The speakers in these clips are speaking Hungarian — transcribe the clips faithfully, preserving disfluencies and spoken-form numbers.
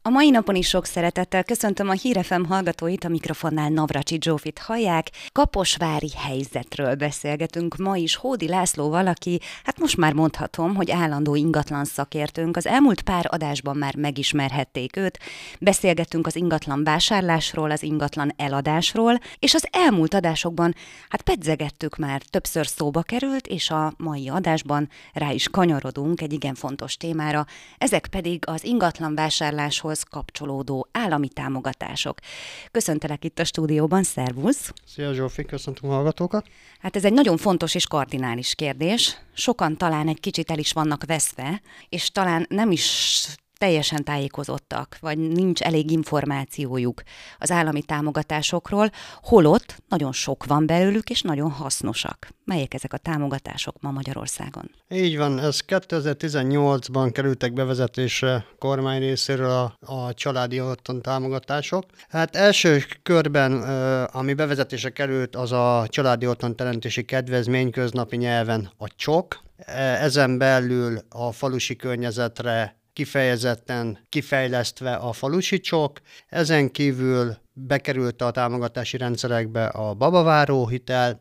A mai napon is sok szeretettel köszöntöm a Hír ef em hallgatóit, a mikrofonnál Navracsics Zsófit hallják. Kaposvári helyzetről beszélgetünk ma is Hódi Lászlóval, aki, hát most már mondhatom, hogy állandó ingatlan szakértőnk. Az elmúlt pár adásban már megismerhették őt. Beszélgettünk az ingatlan vásárlásról, az ingatlan eladásról, és az elmúlt adásokban, hát pedzegettük már, többször szóba került, és a mai adásban rá is kanyarodunk egy igen fontos témára, ezek pedig az ingatlan vásárláshoz kapcsolódó állami támogatások. Köszöntelek itt a stúdióban, szervusz! Szia Zsófi, köszöntöm a hallgatókat! Hát ez egy nagyon fontos és kardinális kérdés. Sokan talán egy kicsit el is vannak veszve, és talán nem is teljesen tájékozottak, vagy nincs elég információjuk az állami támogatásokról, holott nagyon sok van belőlük, és nagyon hasznosak. Melyek ezek a támogatások ma Magyarországon? Így van, ez kétezer-tizennyolcban kerültek bevezetésre kormány részéről a, a családi otthon támogatások. Hát első körben, ami bevezetése került, az a családi otthon teremtési kedvezmény, köznapi nyelven a csok. Ezen belül a falusi környezetre kifejezetten kifejlesztve a falusi csok, ezen kívül bekerült a támogatási rendszerekbe a babaváró hitel,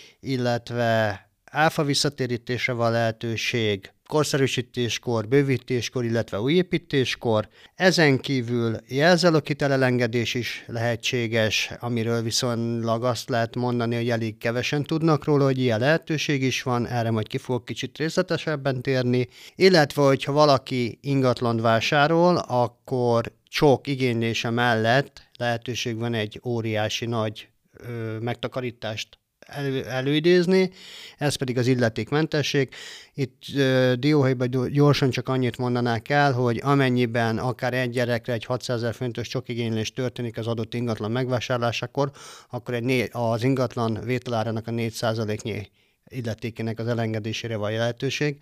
illetve áfa visszatérítésre van lehetőség, korszerűsítéskor, bővítéskor, illetve újépítéskor. Ezen kívül jelzáloghitel elengedés is lehetséges, amiről viszonylag azt lehet mondani, hogy elég kevesen tudnak róla, hogy ilyen lehetőség is van, erre majd ki fogok kicsit részletesebben térni. Illetve, hogyha valaki ingatlant vásárol, akkor csok igénylése mellett lehetőség van egy óriási nagy ö, megtakarítást elő, előidézni, ez pedig az illetékmentesség. Itt uh, dióhéjban gyorsan csak annyit mondanák el, hogy amennyiben akár egy gyerekre egy hatszázezer forintos csokigénylés történik az adott ingatlan megvásárlásakor, akkor egy né- az ingatlan vételárának a négy százaléknyi illetékének az elengedésére van lehetőség.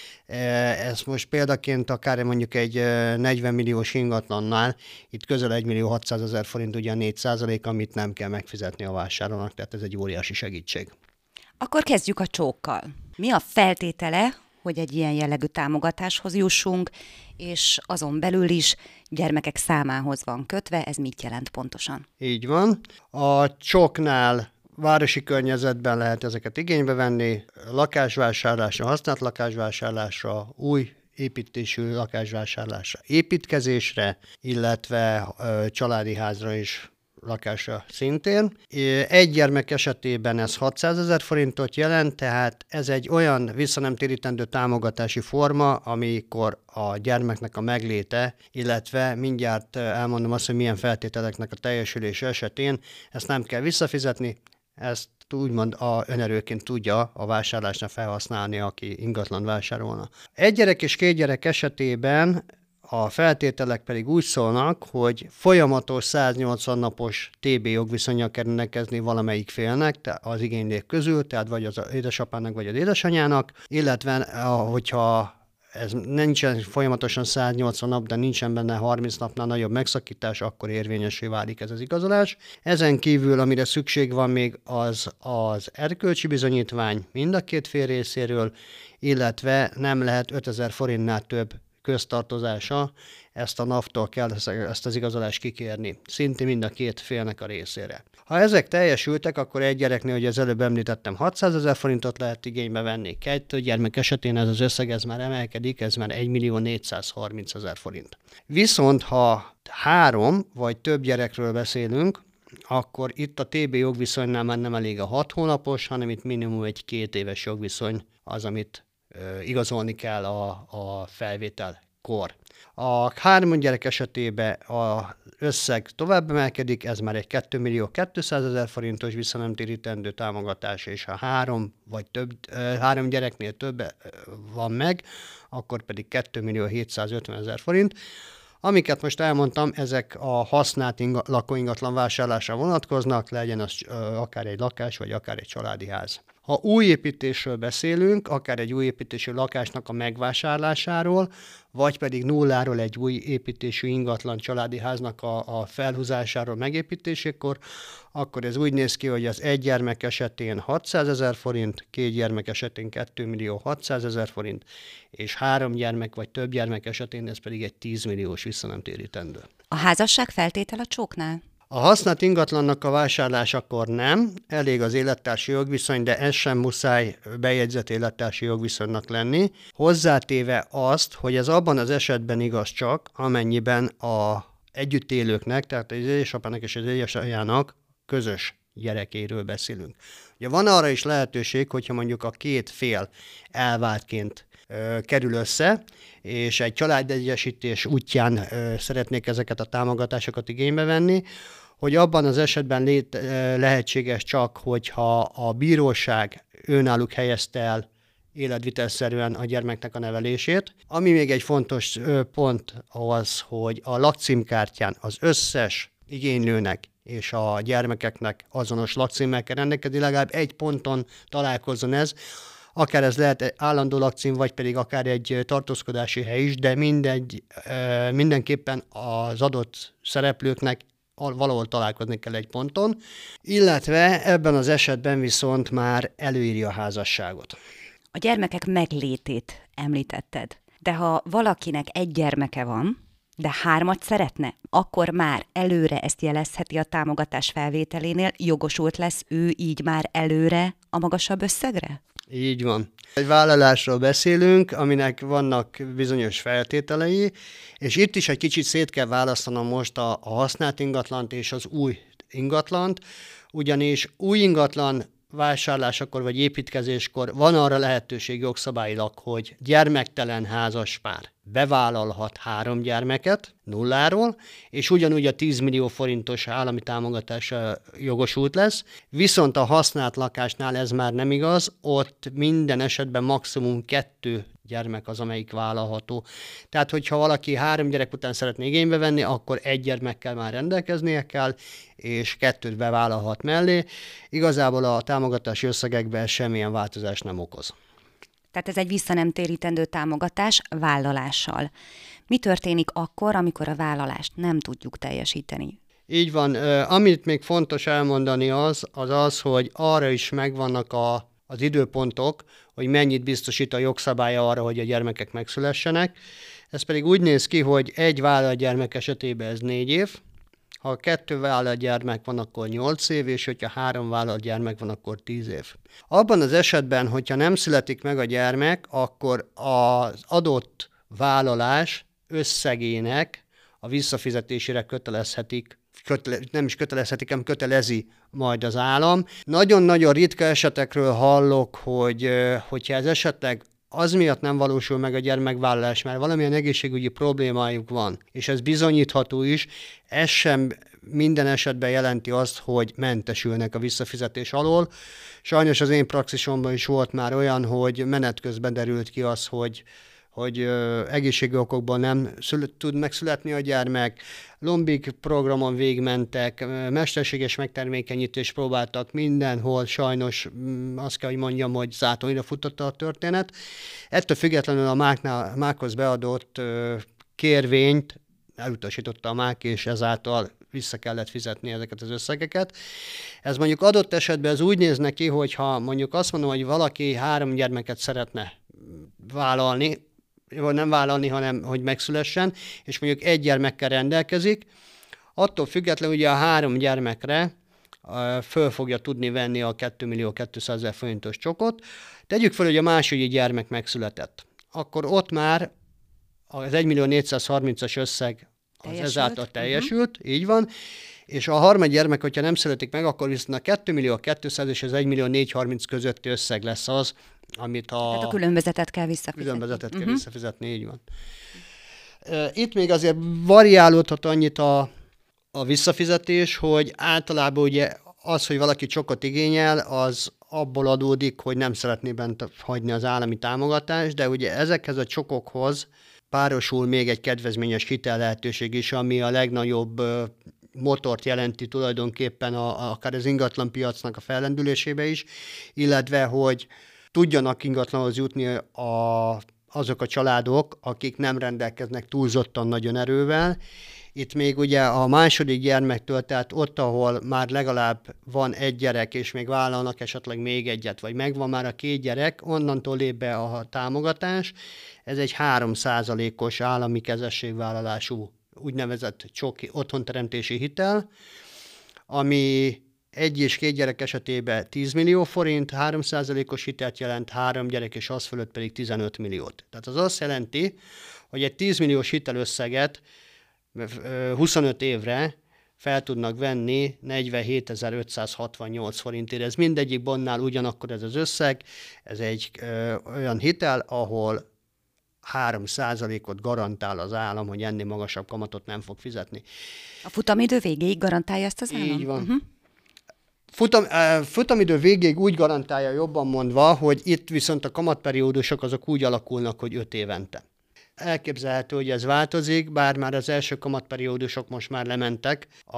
Ez most példaként akár mondjuk egy negyven milliós ingatlannál, itt közel egy millió hatszázezer forint ugye a négy százalék, amit nem kell megfizetni a vásárlónak, tehát ez egy óriási segítség. Akkor kezdjük a csókkal. Mi a feltétele, hogy egy ilyen jellegű támogatáshoz jussunk, és azon belül is gyermekek számához van kötve, ez mit jelent pontosan? Így van. A csoknál városi környezetben lehet ezeket igénybe venni, lakásvásárlásra, használt lakásvásárlásra, új építésű lakásvásárlásra, építkezésre, illetve ö, családi házra is, lakásra szintén. Egy gyermek esetében ez hatszázezer forintot jelent, tehát ez egy olyan visszanemtérítendő támogatási forma, amikor a gyermeknek a megléte, illetve mindjárt elmondom azt, hogy milyen feltételeknek a teljesülése esetén ezt nem kell visszafizetni, ezt úgymond a önerőként tudja a vásárlásnál felhasználni, aki ingatlan vásárolna. Egy gyerek és két gyerek esetében a feltételek pedig úgy szólnak, hogy folyamatos száznyolcvan napos té bé jogviszonnyal kell rendelkezni valamelyik félnek az igénylők közül, tehát vagy az édesapának, vagy az édesanyának, illetve hogyha ez nincsen folyamatosan száznyolcvan nap, de nincsen benne harminc napnál nagyobb megszakítás, akkor érvényessé válik ez az igazolás. Ezen kívül, amire szükség van még, az az erkölcsi bizonyítvány mind a két fél részéről, illetve nem lehet ötezer forintnál több köztartozása, ezt a NAV-tól kell ezt az igazolást kikérni, szintén mind a két félnek a részére. Ha ezek teljesültek, akkor egy gyereknél, hogy az előbb említettem, hatszázezer forintot lehet igénybe venni. Kettő gyermek esetén ez az összeg ez már emelkedik, ez már egy millió négyszázharmincezer forint. Viszont ha három vagy több gyerekről beszélünk, akkor itt a té bé jogviszonynál már nem elég a hat hónapos, hanem itt minimum egy két éves jogviszony az, amit ö, igazolni kell a, a felvételkor. A három gyerek esetében az összeg tovább emelkedik, ez már egy két millió kétszázezer forintos visszanemtérítendő támogatás, és ha három vagy több, három gyereknél több van meg, akkor pedig két millió hétszázötvenezer forint. Amiket most elmondtam, ezek a használt lakóingatlan vásárlásra vonatkoznak, legyen az akár egy lakás, vagy akár egy családi ház. Ha új építésről beszélünk, akár egy új építésű lakásnak a megvásárlásáról, vagy pedig nulláról egy új építésű ingatlan családi háznak a, a felhúzásáról, megépítésékor, akkor ez úgy néz ki, hogy az egy gyermek esetén hatszázezer forint, két gyermek esetén két millió hatszázezer forint, és három gyermek vagy több gyermek esetén ez pedig egy tíz milliós visszanemtérítendő. A házasság feltétel a csóknál? A használt ingatlannak a vásárlásakor nem, elég az élettársi jogviszony, de ez sem muszáj bejegyzett élettársi jogviszonynak lenni. Hozzátéve azt, hogy ez abban az esetben igaz csak, amennyiben a együtt élőknek, tehát az édesapának és az édesanyjának közös gyerekéről beszélünk. Ugye van arra is lehetőség, hogyha mondjuk a két fél elváltként ö, kerül össze, és egy családegyesítés útján ö, szeretnék ezeket a támogatásokat igénybe venni, hogy abban az esetben lét, ö, lehetséges csak, hogyha a bíróság önálluk helyezte el életvitelszerűen a gyermeknek a nevelését. Ami még egy fontos ö, pont az, hogy a lakcímkártyán az összes igénylőnek és a gyermekeknek azonos lakcímmel kell rendelkezni, legalább egy ponton találkozzon ez, akár ez lehet állandó lakcím, vagy pedig akár egy tartózkodási hely is, de mindegy, mindenképpen az adott szereplőknek valahol találkozni kell egy ponton, illetve ebben az esetben viszont már előírja a házasságot. A gyermekek meglétét említetted, de ha valakinek egy gyermeke van, de hármat szeretne, akkor már előre ezt jelezheti a támogatás felvételénél, jogosult lesz ő így már előre a magasabb összegre? Így van. Egy vállalásról beszélünk, aminek vannak bizonyos feltételei, és itt is egy kicsit szét kell választanom most a, a használt ingatlant és az új ingatlant, ugyanis új ingatlan vásárlásakor vagy építkezéskor van arra lehetőség jogszabályilag, hogy gyermektelen házaspár bevállalhat három gyermeket nulláról, és ugyanúgy a tíz millió forintos állami támogatásra jogosult lesz, viszont a használt lakásnál ez már nem igaz, ott minden esetben maximum kettő gyermek az, amelyik vállalható. Tehát, hogyha valaki három gyerek után szeretné igénybe venni, akkor egy gyermekkel már rendelkeznie kell, és kettőt bevállalhat mellé. Igazából a támogatási összegekben semmilyen változás nem okoz. Tehát ez egy visszanemtérítendő támogatás vállalással. Mi történik akkor, amikor a vállalást nem tudjuk teljesíteni? Így van. Amit még fontos elmondani az, az az, hogy arra is megvannak a, az időpontok, hogy mennyit biztosít a jogszabálya arra, hogy a gyermekek megszülessenek. Ez pedig úgy néz ki, hogy egy vállalt gyermek esetében ez négy év, ha kettő vállalt gyermek van, akkor nyolc év, és hogyha három vállalt gyermek van, akkor tíz év. Abban az esetben, hogyha nem születik meg a gyermek, akkor az adott vállalás összegének a visszafizetésére kötelezhetik, kötele, nem is kötelezhetik, hanem kötelezi majd az állam. Nagyon-nagyon ritka esetekről hallok, hogy hogyha ez esetleg az miatt nem valósul meg a gyermekvállalás, mert valamilyen egészségügyi problémájuk van, és ez bizonyítható is, ez sem minden esetben jelenti azt, hogy mentesülnek a visszafizetés alól. Sajnos az én praxisomban is volt már olyan, hogy menet közben derült ki az, hogy hogy ö, egészségügyi okokból nem szület, tud megszületni a gyermek, lombik programon végigmentek, mesterséges megtermékenyítést próbáltak mindenhol, sajnos m, azt kell, hogy mondjam, hogy zátonyra futotta a történet. Ettől függetlenül a máknál, mákhoz beadott ö, kérvényt elutasította a mák, és ezáltal vissza kellett fizetni ezeket az összegeket. Ez mondjuk adott esetben ez úgy néz neki, hogy ha mondjuk azt mondom, hogy valaki három gyermeket szeretne vállalni, vagy nem vállalni, hanem hogy megszülessen, és mondjuk egy gyermekkel rendelkezik, attól függetlenül ugye a három gyermekre föl fogja tudni venni a két millió kétszázezer forintos csokot. Tegyük fel, hogy a második gyermek megszületett. Akkor ott már az egy millió négyszázharmincas összeg az teljesült. Ezáltal teljesült, uh-huh. Így van, és a harmadik gyermek, hogyha nem születik meg, akkor viszont a két millió kétszáz és az egy millió négyszázharminc közötti összeg lesz az, amit a... Tehát a különbözetet kell visszafizetni. Különbözetet kell uh-huh. visszafizetni, így van. Itt még azért variálódhat annyit a, a visszafizetés, hogy általában ugye az, hogy valaki csokot igényel, az abból adódik, hogy nem szeretné bent hagyni az állami támogatást, de ugye ezekhez a csokokhoz párosul még egy kedvezményes hitel lehetőség is, ami a legnagyobb motort jelenti tulajdonképpen a, akár az ingatlan piacnak a fellendülésébe is, illetve hogy tudjanak ingatlanhoz jutni a, azok a családok, akik nem rendelkeznek túlzottan nagyon erővel. Itt még ugye a második gyermektől, tehát ott, ahol már legalább van egy gyerek, és még vállalnak esetleg még egyet, vagy megvan már a két gyerek, onnantól lép be a támogatás. Ez egy három százalékos állami kezességvállalású úgynevezett csoki otthonteremtési hitel, ami egy és két gyerek esetében tíz millió forint, három százalékos hitelt jelent, három gyerek és az fölött pedig tizenöt milliót. Tehát az azt jelenti, hogy egy tíz milliós hitelösszeget huszonöt évre fel tudnak venni negyvenhétezer-ötszázhatvannyolc forintért. Ez mindegyik banknál ugyanakkor ez az összeg, ez egy ö, olyan hitel, ahol három százalékot garantál az állam, hogy ennél magasabb kamatot nem fog fizetni. A futamidő végéig garantálja ezt az állam? Így van. Uh-huh. Futam, uh, futamidő végéig úgy garantálja, jobban mondva, hogy itt viszont a kamatperiódusok azok úgy alakulnak, hogy öt évente. Elképzelhető, hogy ez változik, bár már az első kamatperiódusok most már lementek a,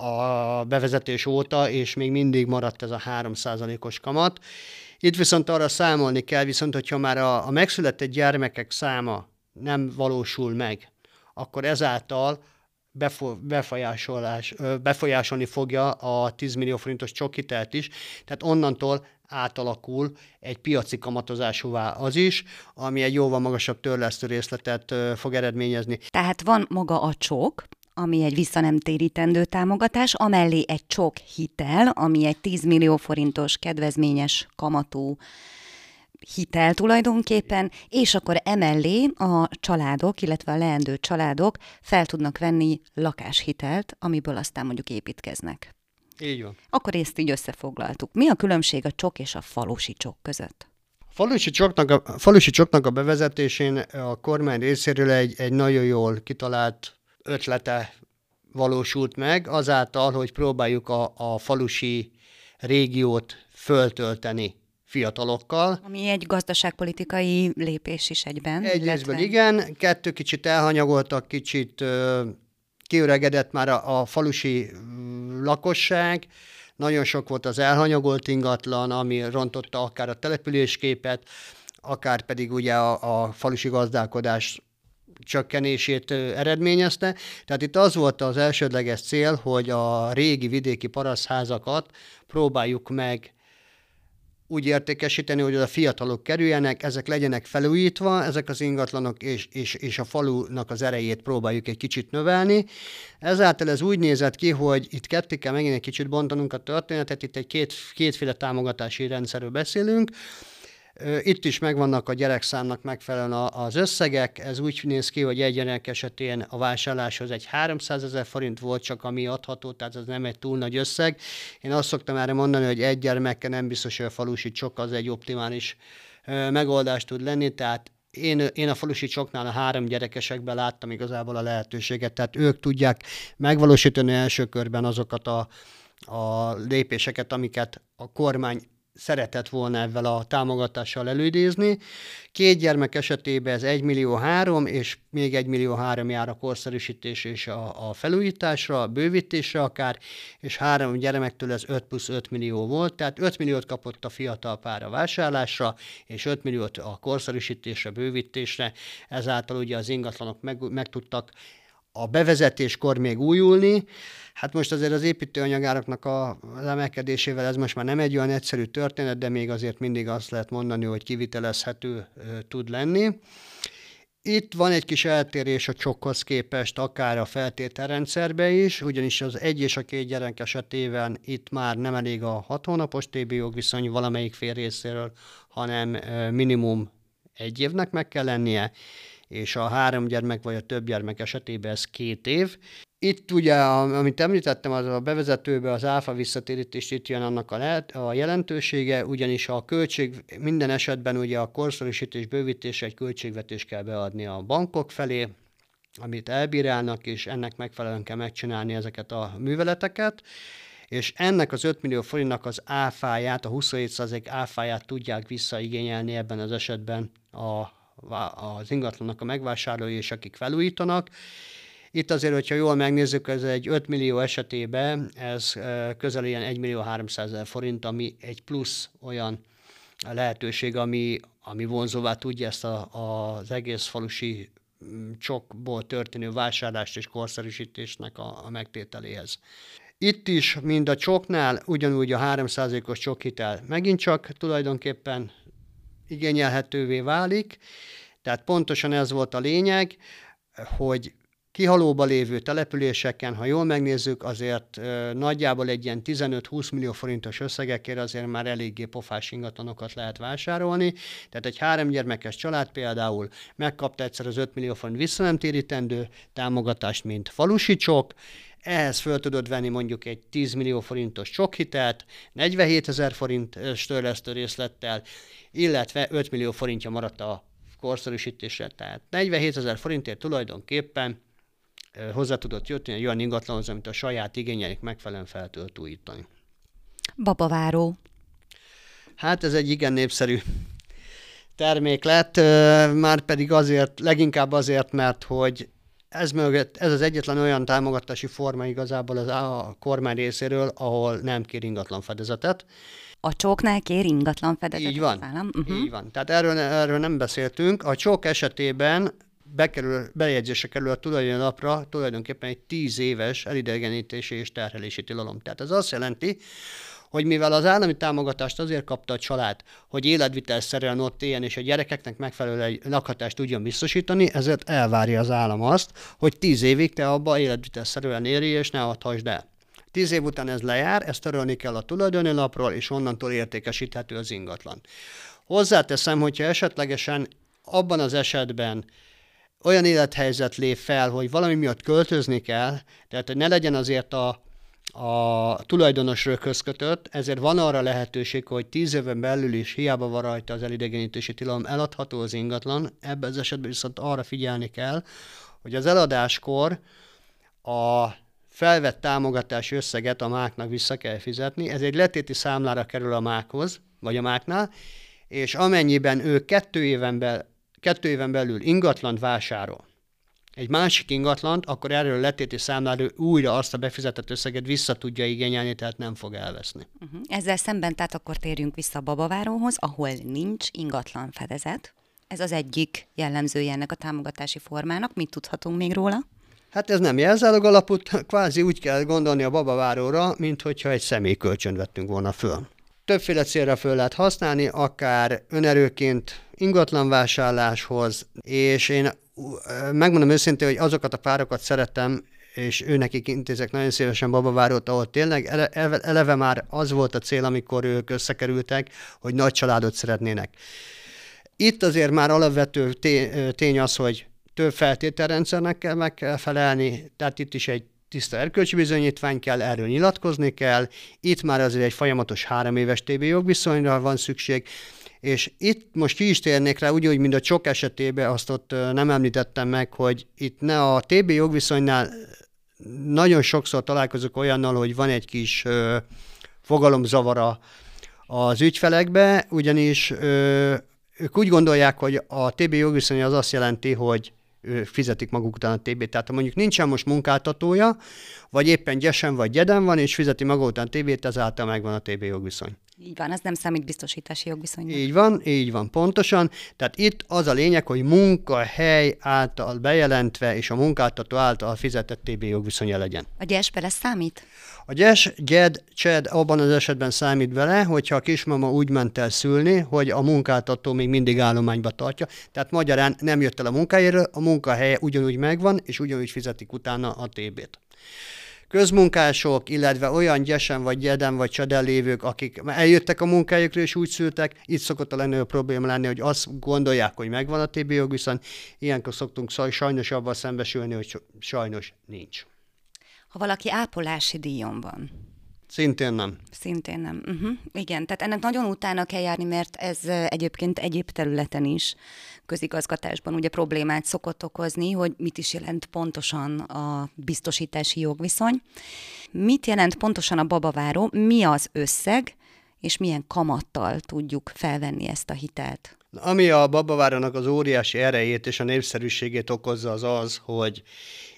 a bevezetés óta, és még mindig maradt ez a három százalékos kamat. Itt viszont arra számolni kell, viszont hogyha már a, a megszületett gyermekek száma nem valósul meg, akkor ezáltal befo- befolyásolás, befolyásolni fogja a tíz millió forintos csokhitelt is, tehát onnantól átalakul egy piaci kamatozásúvá az is, ami egy jóval magasabb törlesztő részletet fog eredményezni. Tehát van maga a csok, ami egy visszanemtérítendő támogatás, amellé egy csok hitel, ami egy tíz millió forintos kedvezményes kamatú hitel tulajdonképpen, és akkor emellé a családok, illetve a leendő családok fel tudnak venni lakáshitelt, amiből aztán mondjuk építkeznek. Így van. Akkor ezt így összefoglaltuk. Mi a különbség a csok és a falusi csok között? A falusi csoknak a, a, falusi csoknak a bevezetésén a kormány részéről egy, egy nagyon jól kitalált ötlete valósult meg, azáltal, hogy próbáljuk a, a falusi régiót föltölteni fiatalokkal. Ami egy gazdaságpolitikai lépés is egyben. Egy részben igen, kettő kicsit elhanyagoltak, kicsit ö, kiöregedett már a, a falusi lakosság, nagyon sok volt az elhanyagolt ingatlan, ami rontotta akár a településképet, akár pedig ugye a, a falusi gazdálkodás csökkenését eredményezte. Tehát itt az volt az elsődleges cél, hogy a régi vidéki parasztházakat próbáljuk meg úgy értékesíteni, hogy oda fiatalok kerüljenek, ezek legyenek felújítva, ezek az ingatlanok, és, és, és a falunak az erejét próbáljuk egy kicsit növelni. Ezáltal ez úgy nézett ki, hogy itt ketté kell megint egy kicsit bontanunk a történetet, itt egy két, kétféle támogatási rendszerről beszélünk. Itt is megvannak a gyerekszámnak megfelelően az összegek, ez úgy néz ki, hogy egy gyerek esetén a vásárláshoz egy háromszázezer forint volt csak, ami adható, tehát ez nem egy túl nagy összeg. Én azt szoktam erre mondani, hogy egy gyermekkel nem biztos, hogy a falusi csok az egy optimális megoldást tud lenni, tehát én, én a falusi csoknál a három gyerekesekben láttam igazából a lehetőséget, tehát ők tudják megvalósítani első körben azokat a, a lépéseket, amiket a kormány szeretett volna ezzel a támogatással előidézni. Két gyermek esetében ez egy millió három, és még egy millió három jár a korszerűsítés és a, a felújításra, a bővítésre akár, és három gyermektől ez öt plusz öt millió volt, tehát öt milliót kapott a fiatal pár a vásárlásra, és öt milliót a korszerűsítésre, bővítésre, ezáltal ugye az ingatlanok meg, meg tudtak a bevezetéskor még újulni. Hát most azért az építőanyagáraknak az emelkedésével ez most már nem egy olyan egyszerű történet, de még azért mindig azt lehet mondani, hogy kivitelezhető tud lenni. Itt van egy kis eltérés a csokhoz képest, akár a feltételrendszerben is, ugyanis az egy és a két gyerek esetében itt már nem elég a hat hónapos té bé jogviszony valamelyik fél részéről, hanem minimum egy évnek meg kell lennie, és a három gyermek vagy a több gyermek esetében ez két év. Itt ugye, amit említettem, az a bevezetőbe az áfa visszatérítés, itt jön annak a, lehet, a jelentősége, ugyanis a költség minden esetben ugye a korszerűsítés, bővítésre egy költségvetést kell beadni a bankok felé, amit elbírálnak, és ennek megfelelően kell megcsinálni ezeket a műveleteket, és ennek az öt millió forintnak az áfáját, a huszonhét százalék áfáját tudják visszaigényelni ebben az esetben a az ingatlannak a megvásárlói és akik felújítanak, Itt azért, hogyha jól megnézzük, ez egy öt millió esetében, ez közel ilyen egy millió háromszázezer forint, ami egy plusz olyan lehetőség, ami, ami vonzóvá tudja ezt a, az egész falusi csokból történő vásárlást és korszerűsítésnek a, a megtételéhez. Itt is, mind a csoknál, ugyanúgy a három százalékos csokhitel megint csak tulajdonképpen igényelhetővé válik, tehát pontosan ez volt a lényeg, hogy kihalóba lévő településeken, ha jól megnézzük, azért ö, nagyjából egy ilyen tizenöt-húsz millió forintos összegekért azért már eléggé pofás ingatlanokat lehet vásárolni. Tehát egy három gyermekes család például megkapta egyszer az öt millió forint visszanemtérítendő támogatást, mint falusi csok, ehhez föl tudod venni mondjuk egy tíz millió forintos csokhitelt, negyvenhétezer forintos törlesztő részlettel, illetve öt millió forintja maradt a korszerűsítésre. Tehát negyvenhétezer forintért tulajdonképpen hozzá tudott jutni egy olyan ingatlanhoz, amit a saját igényeik megfelelően fel tudott újítani. Babaváró. Hát ez egy igen népszerű termék lett, már pedig azért, leginkább azért, mert hogy ez, mögött, ez az egyetlen olyan támogatási forma igazából az a kormány részéről, ahol nem kér ingatlan fedezetet. A csóknál kér ingatlan fedezetet? Így van, uh-huh. így van. Tehát erről, erről nem beszéltünk. A csók esetében bekerül, bejegyzésre kerül a tulajdonlapra tulajdonképpen egy tíz éves elidegenítési és terhelési tilalom. Tehát ez azt jelenti, hogy mivel az állami támogatást azért kapta a család, hogy életvitelszerűen ott éljen, és a gyerekeknek megfelelő lakhatást tudjon biztosítani, ezért elvárja az állam azt, hogy tíz évig te abba életvitelszerűen élj, és ne adhassd el. Tíz év után ez lejár, ezt törölni kell a tulajdonlapról, és onnantól értékesíthető az ingatlan. Hozzáteszem, hogyha esetlegesen abban az esetben olyan élethelyzet lép fel, hogy valami miatt költözni kell, tehát hogy ne legyen azért a a tulajdonos röghöz kötött, ezért van arra lehetőség, hogy tíz éven belül is hiába van rajta az elidegenítési tilalom, eladható az ingatlan. Ebben az esetben viszont arra figyelni kell, hogy az eladáskor a felvett támogatási összeget a máknak vissza kell fizetni. Ez egy letéti számlára kerül a mákhoz, vagy a máknál, és amennyiben ő kettő éven, be, kettő éven belül ingatlant vásárol, egy másik ingatlant, akkor erről a letéti számláról újra azt a befizetett összeget vissza tudja igényelni, tehát nem fog elveszni. Uh-huh. Ezzel szemben, tehát akkor térjünk vissza a Babaváróhoz, ahol nincs ingatlan fedezet. Ez az egyik jellemzője ennek a támogatási formának. Mit tudhatunk még róla? Hát ez nem jelzálog alapú, kvázi úgy kell gondolni a Babaváróra, mint hogyha egy személykölcsönt vettünk volna föl. Többféle célra föl lehet használni, akár önerőként ingatlanvásárláshoz, és én megmondom őszintén, hogy azokat a párokat szeretem, és őnekik intézek nagyon szívesen Babavárót, ahol tényleg eleve, eleve már az volt a cél, amikor ők összekerültek, hogy nagy családot szeretnének. Itt azért már alapvető tény az, hogy több feltételrendszernek kell meg kell felelni, tehát itt is egy tiszta erkölcsi bizonyítvány kell, erről nyilatkozni kell, itt már azért egy folyamatos három éves té bé jogviszonyra van szükség, és itt most ki is térnék rá, úgy, hogy mint a csok esetében, azt ott nem említettem meg, hogy itt ne a té bé jogviszonynál nagyon sokszor találkozok olyannal, hogy van egy kis ö, fogalomzavara az ügyfelekbe, ugyanis ö, ők úgy gondolják, hogy a té bé jogviszony az azt jelenti, hogy fizetik maguk után a té bét. Tehát ha mondjuk nincsen most munkáltatója, vagy éppen gyesen vagy gyeden van, és fizeti maga után té bét, ezáltal megvan a té bé jogviszony. Így van, ez nem számít biztosítási jogviszonynak. Így van, így van, pontosan. Tehát itt az a lényeg, hogy munkahely által bejelentve, és a munkáltató által fizetett té bé jogviszonya legyen. A gyes bele számít? A gyes, gyed, csed abban az esetben számít bele, hogyha a kismama úgy ment el szülni, hogy a munkáltató még mindig állományba tartja. Tehát magyarán nem jött el a munkahelyéről, a munkahelye ugyanúgy megvan, és ugyanúgy fizetik utána a té bét. Közmunkások, illetve olyan gyesen vagy gyeden vagy cseden lévők, akik eljöttek a munkájukról és úgy szültek, itt szokott a legnagyobb probléma lenni, hogy azt gondolják, hogy megvan a té bé jogviszony, ilyenkor szoktunk sajnos abban szembesülni, hogy sajnos nincs. Ha valaki ápolási díjon van. Szintén nem. Szintén nem. Uh-huh. Igen, tehát ennek nagyon utána kell járni, mert ez egyébként egyéb területen is közigazgatásban ugye problémát szokott okozni, hogy mit is jelent pontosan a biztosítási jogviszony. Mit jelent pontosan a Babaváró, mi az összeg, és milyen kamattal tudjuk felvenni ezt a hitelt? Ami a Babavárónak az óriási erejét és a népszerűségét okozza az az, hogy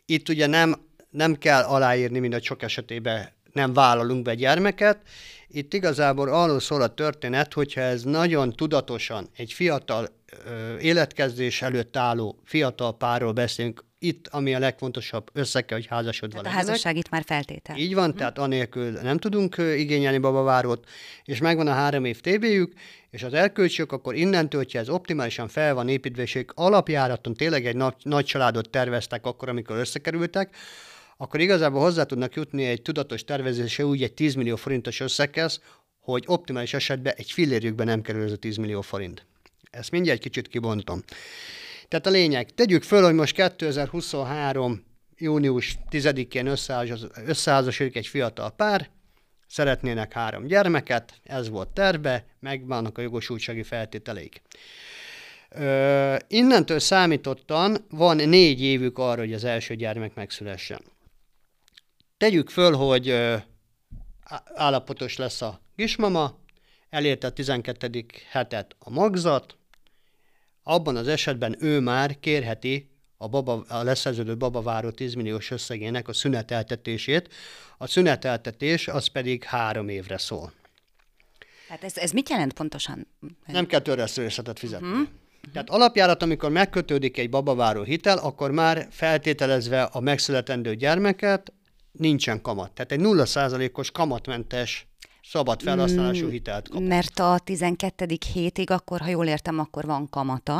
Itt ugye nem, nem kell aláírni, mint a sok esetében nem vállalunk be gyermeket. Itt igazából arról szól a történet, hogyha ez nagyon tudatosan egy fiatal ö, életkezdés előtt álló fiatal párról beszélünk, itt, ami a legfontosabb, össze kell, hogy házasodva legyenek. A házasság itt már feltétel. Így van, hm. tehát anélkül nem tudunk igényelni babavárót, és megvan a három év té béjük, és az erkölcsök akkor innentől, hogyha ez optimálisan fel van építve, és ők alapjáraton tényleg egy nagy, nagy családot terveztek akkor, amikor összekerültek, akkor igazából hozzá tudnak jutni egy tudatos tervezése úgy egy tíz millió forintos összeghez, hogy optimális esetben egy fillérjükben nem kerül ez a tíz millió forint. Ezt mindjárt egy kicsit kibontom. Tehát a lényeg, tegyük föl, hogy most kétezer-huszonhárom. június tizedikén összeházasodik egy fiatal pár, szeretnének három gyermeket, ez volt terve, megvannak a jogosultsági feltételeik. Ö, innentől számítottan van négy évük arra, hogy az első gyermek megszülessen. Tegyük föl, hogy ö, állapotos lesz a kismama, elérte a tizenkettedik hetet a magzat, abban az esetben ő már kérheti a, baba, a leszerződött babaváró tíz milliós összegének a szüneteltetését. A szüneteltetés az pedig három évre szól. Tehát ez, ez mit jelent pontosan? Nem kell törlesztőrészletet fizetni. Uh-huh. Tehát alapjárat, amikor megkötődik egy babaváró hitel, akkor már feltételezve a megszületendő gyermeket nincsen kamat. Tehát egy nulla százalékos kamatmentes szabad felhasználású hitelt kap. Mert a tizenkettedik hétig, akkor, ha jól értem, akkor van kamata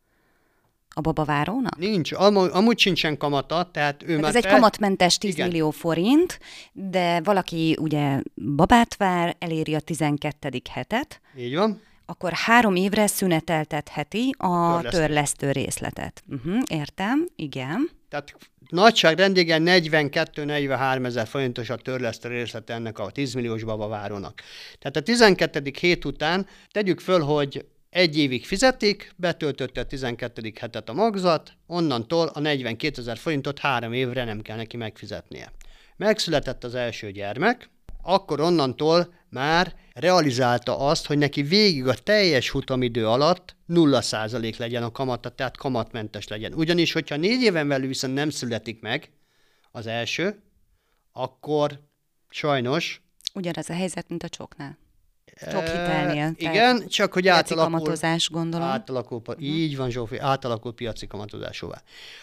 a babavárónak? Nincs, amúgy, amúgy sincsen kamata, tehát ő tehát már... Ez fel... egy kamatmentes tíz millió forint, de valaki ugye babát vár, eléri a tizenkettedik hetet. Így van. Akkor három évre szüneteltetheti a törlesztő, törlesztő részletet. Uh-huh, értem, igen. Tehát nagyságrendigen negyvenkét-negyvenhárom ezer forintos a törlesztő részlete ennek a tíz milliós babavárónak. Tehát a tizenkettedik hét után tegyük föl, hogy egy évig fizetik, betöltötte a tizenkettedik hetet a magzat, onnantól a negyvenkétezer forintot három évre nem kell neki megfizetnie. Megszületett az első gyermek, akkor onnantól már realizálta azt, hogy neki végig a teljes futamidő alatt nulla százalék legyen a kamata, tehát kamatmentes legyen. Ugyanis, hogyha négy éven belül viszont nem születik meg az első, akkor sajnos... Ugyanaz a helyzet, mint a csoknál. Csok hitelnél. Igen, csak hogy átalakul... kamatozás, gondolom. Átalakul, uh-huh. Így van, Zsófi, átalakul piaci kamatozásúvá.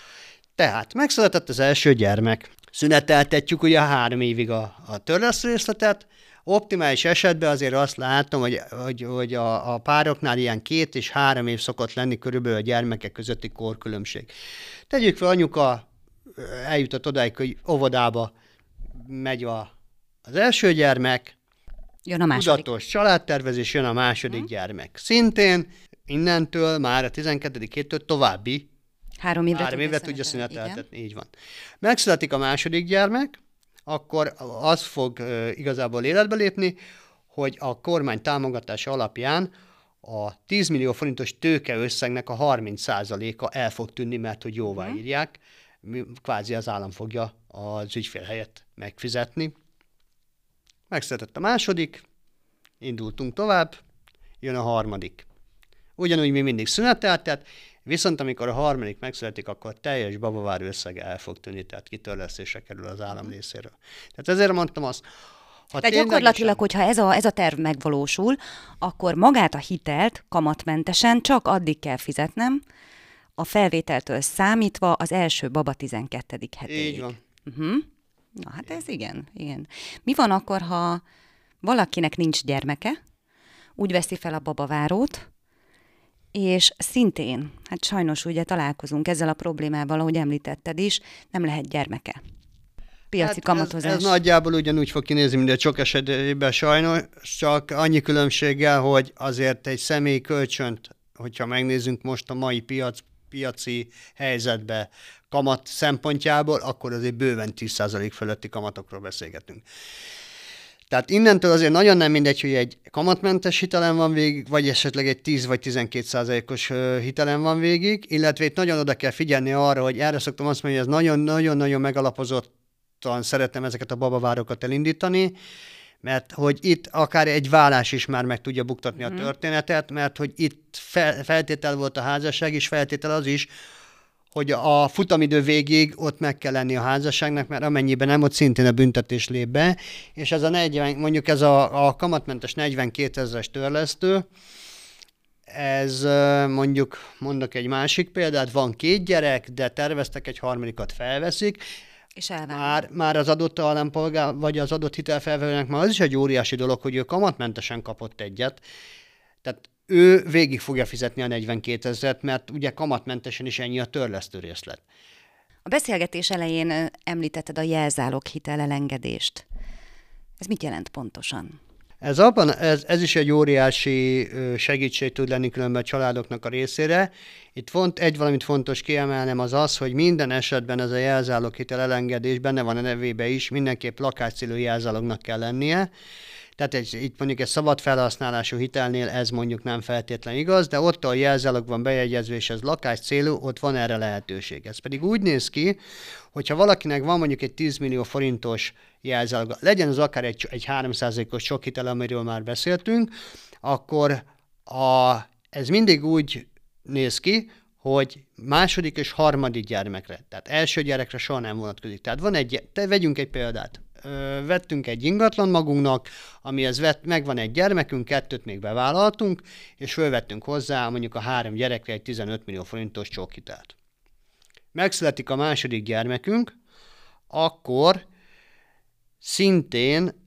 Tehát megszületett az első gyermek. Szüneteltetjük ugye három évig a, a törlesztőrészletet. Optimális esetben azért azt látom, hogy, hogy, hogy a, a pároknál ilyen két és három év szokott lenni körülbelül a gyermekek közötti korkülönbség. Tegyük fel, anyuka eljutott odáig, hogy óvodába megy a, az első gyermek, jön a második. Tudatos családtervezés, jön a második hmm. gyermek. Szintén innentől már a tizenkettedik héttől további Három évre, Három évre tudja szüneteltetni, így van. Megszületik a második gyermek, akkor az fog uh, igazából életbe lépni, hogy a kormány támogatása alapján a tíz millió forintos tőkeösszegnek a harminc százaléka el fog tűnni, mert hogy jóvá uh-huh. írják, kvázi az állam fogja az ügyfél helyett megfizetni. Megszületett a második, indultunk tovább, jön a harmadik. Ugyanúgy mi mindig szüneteltet, viszont amikor a harmadik megszületik, akkor teljes babaváró összege el fog tűnni, tehát kitörlesztésre kerül az állam részéről. Tehát ezért mondtam azt, ha Tehát gyakorlatilag, hogyha ez a, ez a terv megvalósul, akkor magát a hitelt kamatmentesen csak addig kell fizetnem, a felvételtől számítva az első baba tizenkettedik hetéig. Így van. Uh-huh. Na hát ez igen, igen. Mi van akkor, ha valakinek nincs gyermeke, úgy veszi fel a babavárót, és szintén, hát sajnos ugye találkozunk ezzel a problémával, ahogy említetted is, nem lehet gyermeke. Piaci hát kamatozás. Ez, ez nagyjából ugyanúgy fog kinézni, mint a sok esetben sajnos, csak annyi különbséggel, hogy azért egy személyi kölcsönt, hogyha megnézzünk most a mai piac, piaci helyzetbe kamat szempontjából, akkor azért bőven tíz százalék fölötti kamatokról beszélgetünk. Tehát innentől azért nagyon nem mindegy, hogy egy kamatmentes hitelen van végig, vagy esetleg egy tíz vagy tizenkét százalékos hitelen van végig, illetve itt nagyon oda kell figyelni arra, hogy erre szoktam azt mondani, hogy ez nagyon-nagyon-nagyon megalapozottan szeretem ezeket a babavárokat elindítani, mert hogy itt akár egy vállás is már meg tudja buktatni mm. a történetet, mert hogy itt fel, feltétel volt a házasság, és feltétel az is, hogy a futamidő végig ott meg kell lenni a házasságnak, mert amennyiben nem, ott szintén a büntetés lép be, és ez a negyven, mondjuk ez a, a kamatmentes negyvenkétezeres törlesztő, ez mondjuk, mondok egy másik példát, van két gyerek, de terveztek egy harmadikat felveszik, és már, már az adott állampolgár, vagy az adott hitelfelvevőnek már az is egy óriási dolog, hogy ő kamatmentesen kapott egyet, tehát ő végig fogja fizetni a negyvenkétezret, mert ugye kamatmentesen is ennyi a törlesztő részlet. A beszélgetés elején említetted a jelzálog hitelelengedést. Ez mit jelent pontosan? Ez, abban, ez, ez is egy óriási segítség tud lenni különben a családoknak a részére. Itt font, egy valamit fontos kiemelnem az az, hogy minden esetben ez a jelzáloghitel elengedés benne van a nevébe is, mindenképp lakáscélú jelzálognak kell lennie. Tehát egy, itt mondjuk egy szabad felhasználású hitelnél ez mondjuk nem feltétlenül igaz, de ott a jelzálog van bejegyezve, és ez lakáscélú, ott van erre lehetőség. Ez pedig úgy néz ki, hogyha valakinek van mondjuk egy tíz millió forintos jelzálog, legyen az akár egy, egy három százalékos sok hitel, amiről már beszéltünk, akkor a, ez mindig úgy néz ki, hogy második és harmadik gyermekre, tehát első gyerekre soha nem vonatkozik. Tehát van egy, te vegyünk egy példát. Ö, vettünk egy ingatlan magunknak, amihez vett, megvan egy gyermekünk, kettőt még bevállaltunk, és fölvettünk hozzá mondjuk a három gyerekre egy tizenöt millió forintos csokhitelt. Megszületik a második gyermekünk, akkor szintén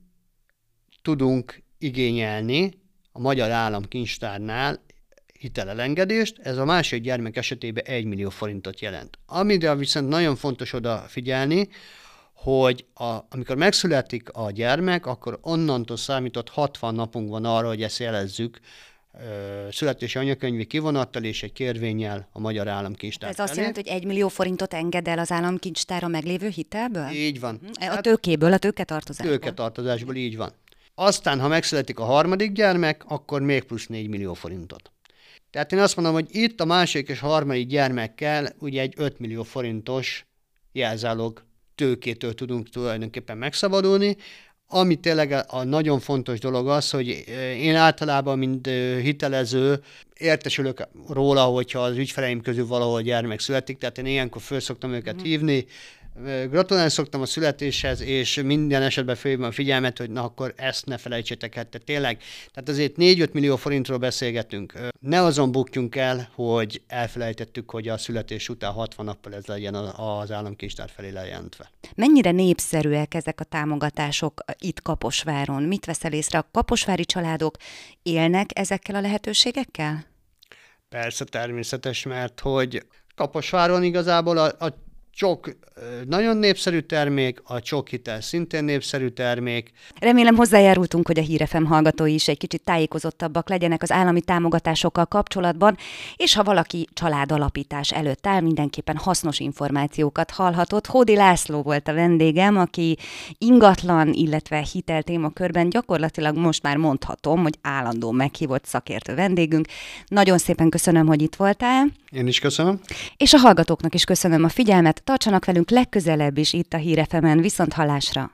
tudunk igényelni a Magyar Államkincstárnál hitelelengedést, ez a második gyermek esetében egy millió forintot jelent. Amire viszont nagyon fontos odafigyelni, hogy a, amikor megszületik a gyermek, akkor onnantól számított hatvan napunk van arra, hogy ezt jelezzük ö, születési anyakönyvi kivonattal és egy kérvénnyel a Magyar Államkincstár Ez azt jelenti, hogy egy millió forintot enged el az államkincstár a meglévő hitelből? Így van. A tőkéből, a tőketartozásból. Tőketartozásból, így van. Aztán, ha megszületik a harmadik gyermek, akkor még plusz négy millió forintot. Tehát én azt mondom, hogy itt a második és harmadik gyermekkel ugye egy öt millió forintos jelzálog tőkétől tudunk tulajdonképpen megszabadulni. Ami tényleg a nagyon fontos dolog az, hogy én általában, mint hitelező, értesülök róla, hogyha az ügyfeleim közül valahol gyermek születik, tehát én ilyenkor föl szoktam őket mm-hmm. hívni, gratulálni szoktam a születéshez, és minden esetben fölhívom a figyelmet, hogy na akkor ezt ne felejtsétek el. Tehát tényleg, tehát azért négy-öt millió forintról beszélgetünk. Ne azon bukjunk el, hogy elfelejtettük, hogy a születés után hatvan nappal ez legyen az államkincstár felé lejelentve. Mennyire népszerűek ezek a támogatások itt Kaposváron? Mit veszel észre? A kaposvári családok élnek ezekkel a lehetőségekkel? Persze, természetes, mert hogy Kaposváron igazából a, a csok nagyon népszerű termék, a csokhitel szintén népszerű termék. Remélem hozzájárultunk, hogy a Hír ef em hallgatói is egy kicsit tájékozottabbak legyenek az állami támogatásokkal kapcsolatban, és ha valaki családalapítás előtt áll, mindenképpen hasznos információkat hallhatott. Hódi László volt a vendégem, aki ingatlan, illetve hitel témakörben gyakorlatilag most már mondhatom, hogy állandó meghívott szakértő vendégünk. Nagyon szépen köszönöm, hogy itt voltál. Én is köszönöm. És a hallgatóknak is köszönöm a figyelmet. Tartsanak velünk legközelebb is itt a Hír ef emen, viszont hallásra!